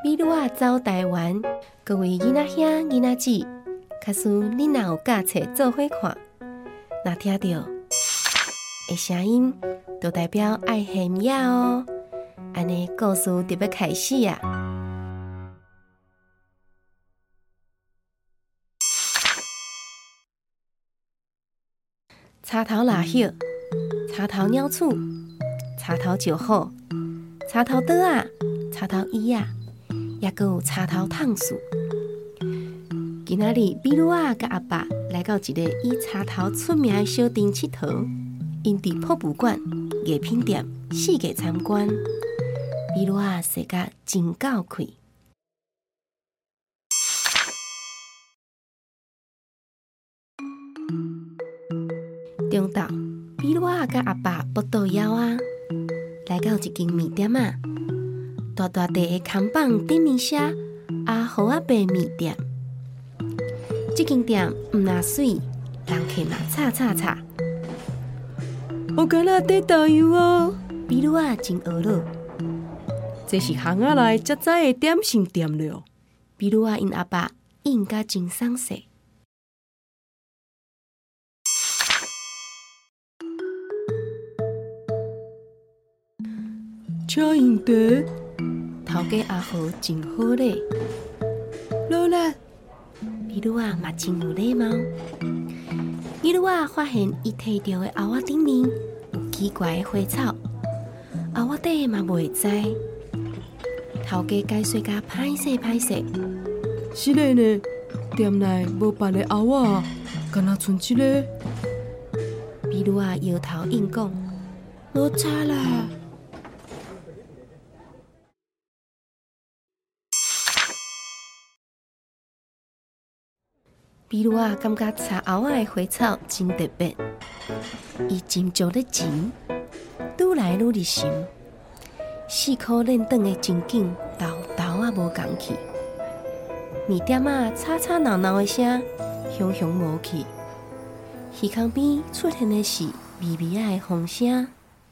比如走台湾，各位囡仔兄、囡仔姊，假使恁若有教册做伙看，若听到的声音，就代表爱现野哦。安尼故事就要开始啊！插头蜡叶，插头鸟鼠，插头石虎，插头桌啊，插头椅啊，也阁有插头烫树。今仔日比如甲阿爸来到一个以插头出名的小店佚佗，因伫博物馆、艺品店四界参观。比如说甲真够开。中昼，比如甲阿爸步道枵啊，来到一间面店啊，大大地的看板顶面写阿豪阿伯面店。这间店毋那水，人客嘛吵。我敢若在导游哦，比如真学乐。这是巷仔内才知的点心店了。比如因阿爸应甲真爽势。请用茶，头家阿豪真好咧。老力，比如嘛真有礼貌。比如发现伊摕着的盒仔顶面有奇怪的花草，盒仔底嘛袂知。头家解说甲歹势，是嘞呢，店内无别的盒仔，敢若剩一个。比如摇头应讲，无差啦。比如感觉插盒仔的花草真特别，伊真足咧钱，愈来愈入心。4箍练转的情景，豆啊无共去。面店啊吵闹闹的声，响无去。鱼缸边出现的是微的风声。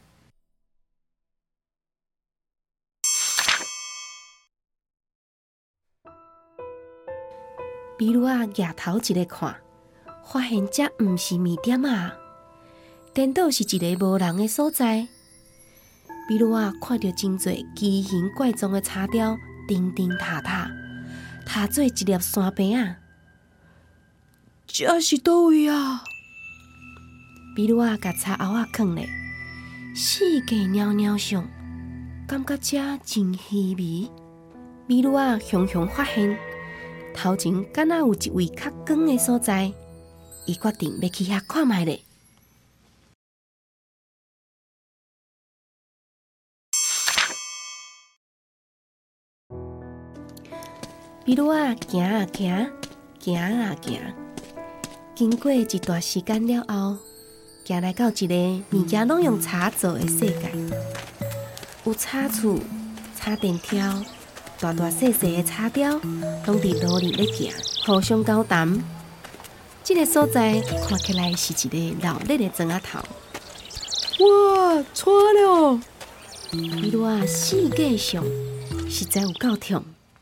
比如举头一个看，发现这毋是面店啊，颠倒是一个无人的所在。比如看到真侪奇形怪状的叉雕，钉塔，塔做一粒山边啊。这是倒位啊？比如甲叉盒仔放咧，四界袅上，感觉这真稀微。比如熊发现，头前敢若有一位较光的所在，伊决定要去遐看卖咧。比如行，经过一段时间了后，行来到一个物件拢用叉做的世界，有叉厝、叉电条，大细的叉雕，拢伫路里咧行，互相交谈。这个所在看起来是一个热烈的庄仔头。哇，错了！比如世界上实在有够痛。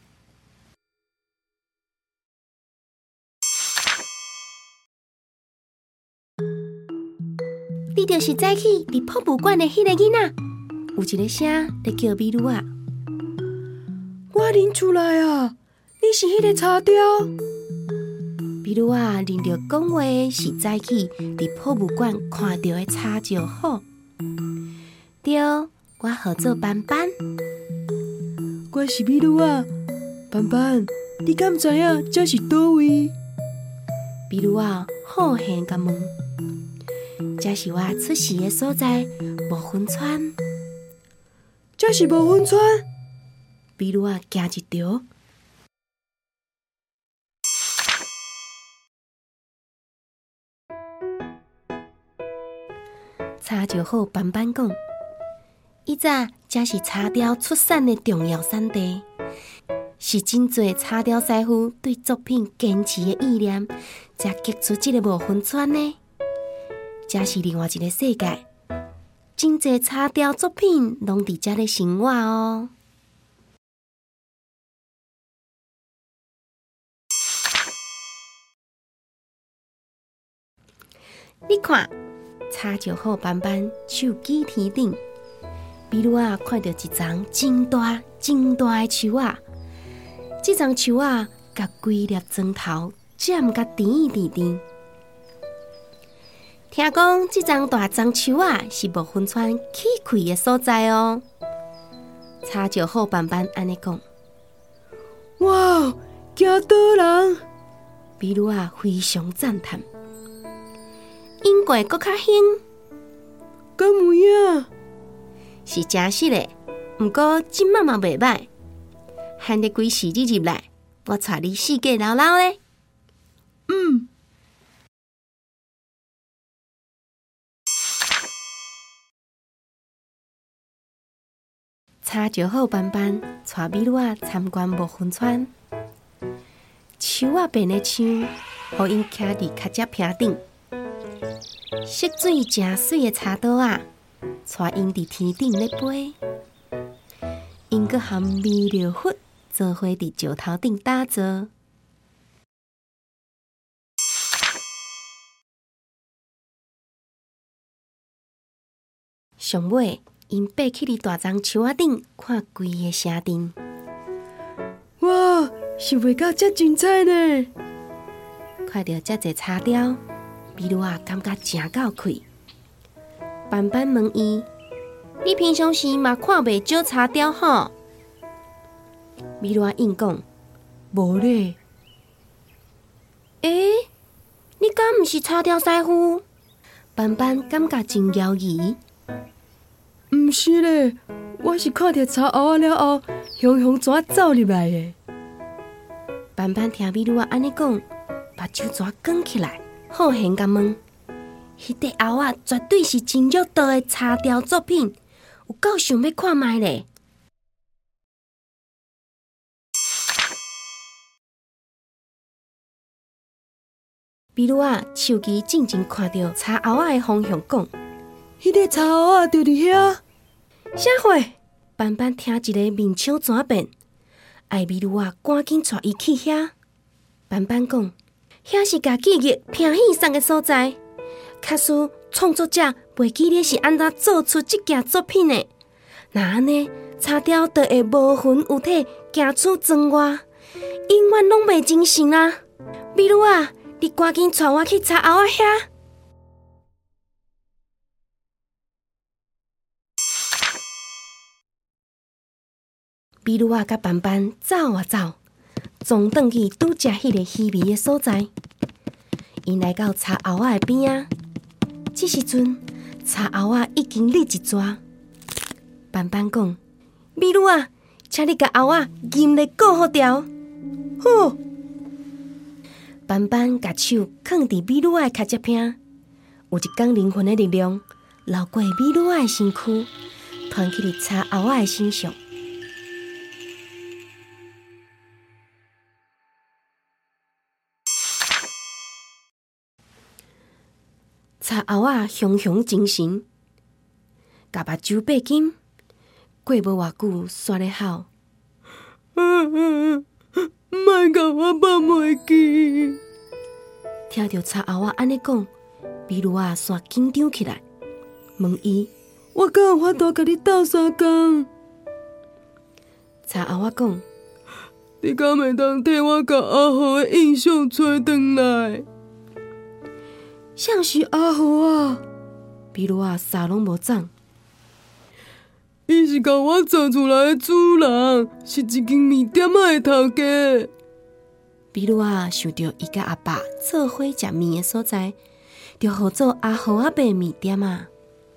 你就是早起伫博物馆的迄个囡仔，有一个声在叫比如我认出来啊，你是迄个叉雕。比如认着讲话是早起伫博物馆看到的叉石虎。对，我号做斑斑。我是比如斑斑，你敢知影这是倒位？比如好闲甲问。这是我出事的所在，无分川。这是无分川。比如行一条。叉石虎斑斑讲，以前这是叉雕出产的重要产地，是真侪叉雕师傅对作品坚持的意念，才结出这个无分川呢。这是另外一个世界，真侪叉雕作品拢伫这里生活哦。 你看，茶就好斑斑手举天顶，比如看到一丛真大的树仔，这丛树仔甲规粒砖头尖甲甜甜。听讲这丛大樟树仔是木分川起开的所在哦。茶就好斑斑安尼讲。哇，惊倒人！比如非常赞叹。英国搁较兴，敢有影？是真实的，不过即嘛嘛袂歹。限得几时日入来，我带你四界绕绕咧。茶就好斑斑，带美女参观木分川。树仔变的树，互因徛伫脚接坪顶。色水真水的茶刀带因伫天顶咧飞。因阁含微疗粉做伙伫石头顶打造。上尾，因爬起伫大樟树仔顶看规个城镇。哇，想袂到遮精彩呢！看到遮侪茶雕，比如感觉真够气。斑斑问伊：“你平常时嘛看袂少茶雕吼？”比如应讲：“无咧。”你敢毋是茶雕师傅？斑斑感觉真摇疑。毋是咧，我是看到茶甌仔了后，雄雄怎走入来的。斑斑听美女安尼讲，目睭怎光起来，好闲甲问：迄块甌仔绝对是真玉道的茶雕作品，有够想要看卖咧。比如手机静静看到茶甌仔的方向讲：迄个茶甌仔就伫遐。啥货？斑斑听一个面青转变，爱美女赶紧带伊去遐。斑斑讲：遐是家己日平戏送的所在，假使创作者袂记咧是安怎做出这件作品的，那安尼茶雕就会无魂有体，行出庄外，永远拢袂精神啊！美女你赶紧带我去茶甌仔遐。比如甲斑斑走啊走，总转去拄食迄个稀微的所在。因来到茶甌仔的边啊，这时阵茶甌仔已经立一撮。斑斑讲：“美女请你甲甌仔严厉顾好条。”好。斑斑甲手放伫美女的脚接坪，有一股灵魂的力量流过美女的身躯，传去伫茶甌仔的身上。茶甌仔雄雄精神，甲目睭闭紧，过无偌久，煞咧吼：“莫甲我放袂记。”听到茶甌仔安尼讲，比如煞紧张起来，问伊：“我敢有法度甲你斗相共？”茶甌仔讲：“你敢会当替我甲阿豪的印象找回来？”像是阿豪啊，比如啥拢无长。伊是甲我做出来的主人，是一间面店仔的头家。比如想到伊甲阿爸做伙食面的所在，就号做阿豪阿伯面店啊。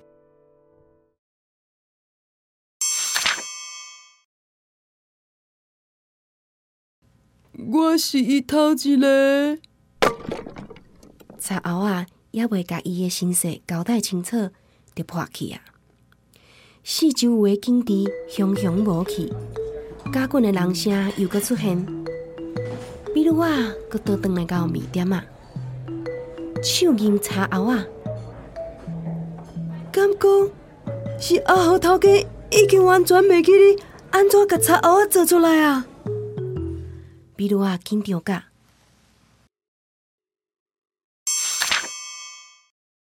我是伊头一个。茶甌仔也未甲伊的身世交代清楚，就破去啊！四周围的景致熊熊无去，加紧的人声又搁出现。比如搁倒转来到面店啊，手吟茶甌仔，敢讲是阿豪头家已经完全袂记你安怎甲茶甌仔做出来啊？比如紧张甲。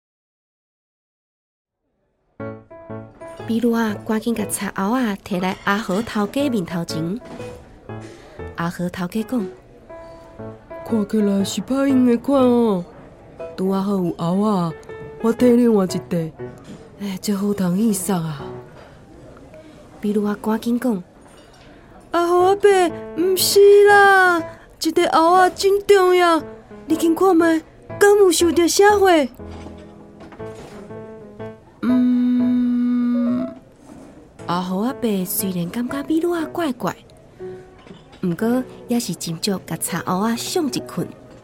比鲁啊，赶紧甲茶甌啊摕来阿和头家面头前。阿和头家讲： 看起来是歹用的款哦。拄啊好有甌啊，我替你换一块。这好通意送啊！ 比鲁啊，赶紧讲： 阿和阿伯，毋是啦，一块甌啊真重要，你紧看卖，敢有受到啥货？ 阿和阿伯虽然感觉比鲁啊怪怪，毋过也是斟酌甲茶甌啊上一困。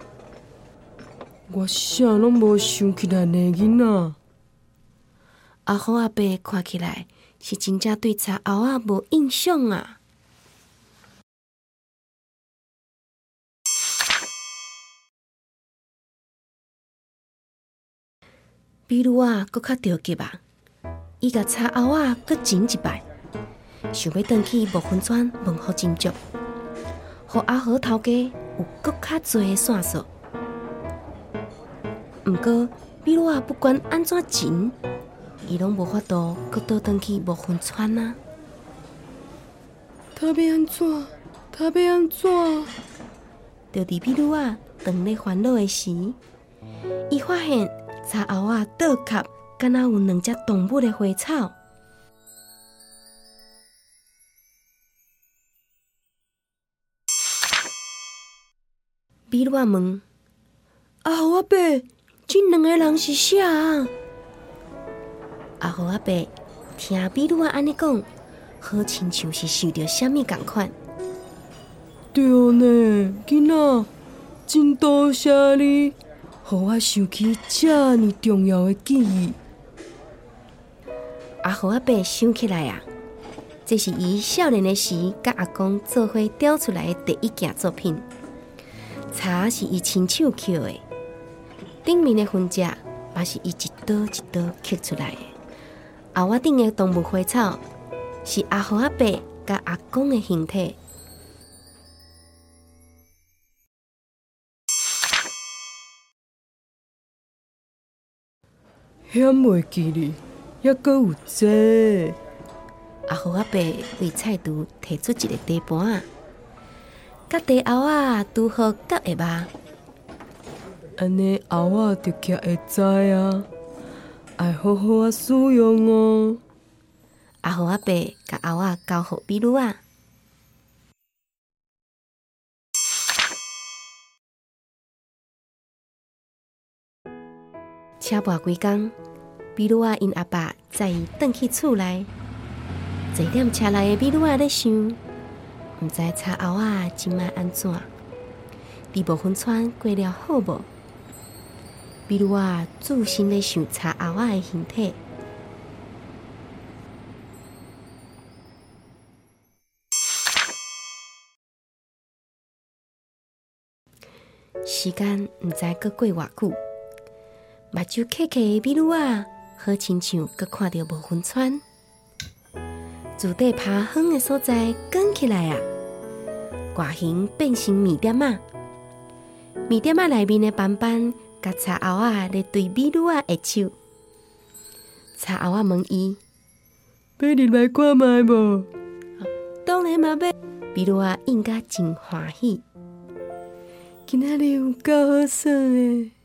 我啥拢无想起来呢，囡仔。 阿和阿伯看起来是真正对茶甌啊无印象啊。比鲁啊，搁较着急啊！伊甲茶甌啊，搁前一摆，想要转去木薰川问好斟酌，互阿和头家有搁较侪的线索。毋过，比鲁啊，不管安怎前，伊拢无法度搁倒转去木薰川啊！ 他要安怎？他要安怎？ 就伫比鲁啊，当咧烦恼的时，伊发现茶甌啊倒壳，敢若有2只动物的花草。比鲁啊问： 阿和阿伯，这2个人是啥啊？ 阿和阿伯听比鲁啊安尼讲，好亲像是想到啥物共款。 对呢，囡仔，真多谢你，互我想起这么重要的记忆。 阿和阿伯想起来啊，这是伊少年的时甲阿公做伙雕出来的第一件作品。茶是伊亲手刻的，顶面的分只嘛是伊一刀一刀刻出来的。后仔顶的动物花草是阿和阿伯甲阿公的形体。 险袂记哩，还阁有这。 阿和阿伯为菜厨摕出一个茶盘啊，甲茶甌啊拄好夹下巴。 安尼甌啊就夹会知啊，爱好好啊使用哦。 阿和阿伯甲甌啊交互比鲁啊。车跋几工，比鲁啊因阿爸载伊转去厝内，坐踮车内的比鲁啊咧想，毋知茶甌啊即摆安怎？伫木薰川过了好无？比鲁啊自心咧想茶甌啊的形体。时间毋知阁过偌久。目睭刻刻的比鲁啊，好亲像阁看到木薰川。自底爬远的所在卷起来啊，外形变成面点仔。面点仔内面的斑斑，甲茶甌啊咧对比鲁啊的手。茶甌啊问伊： 要入来看卖无？ 当然嘛要。比鲁啊应甲真欢喜。 今仔日有够好耍的。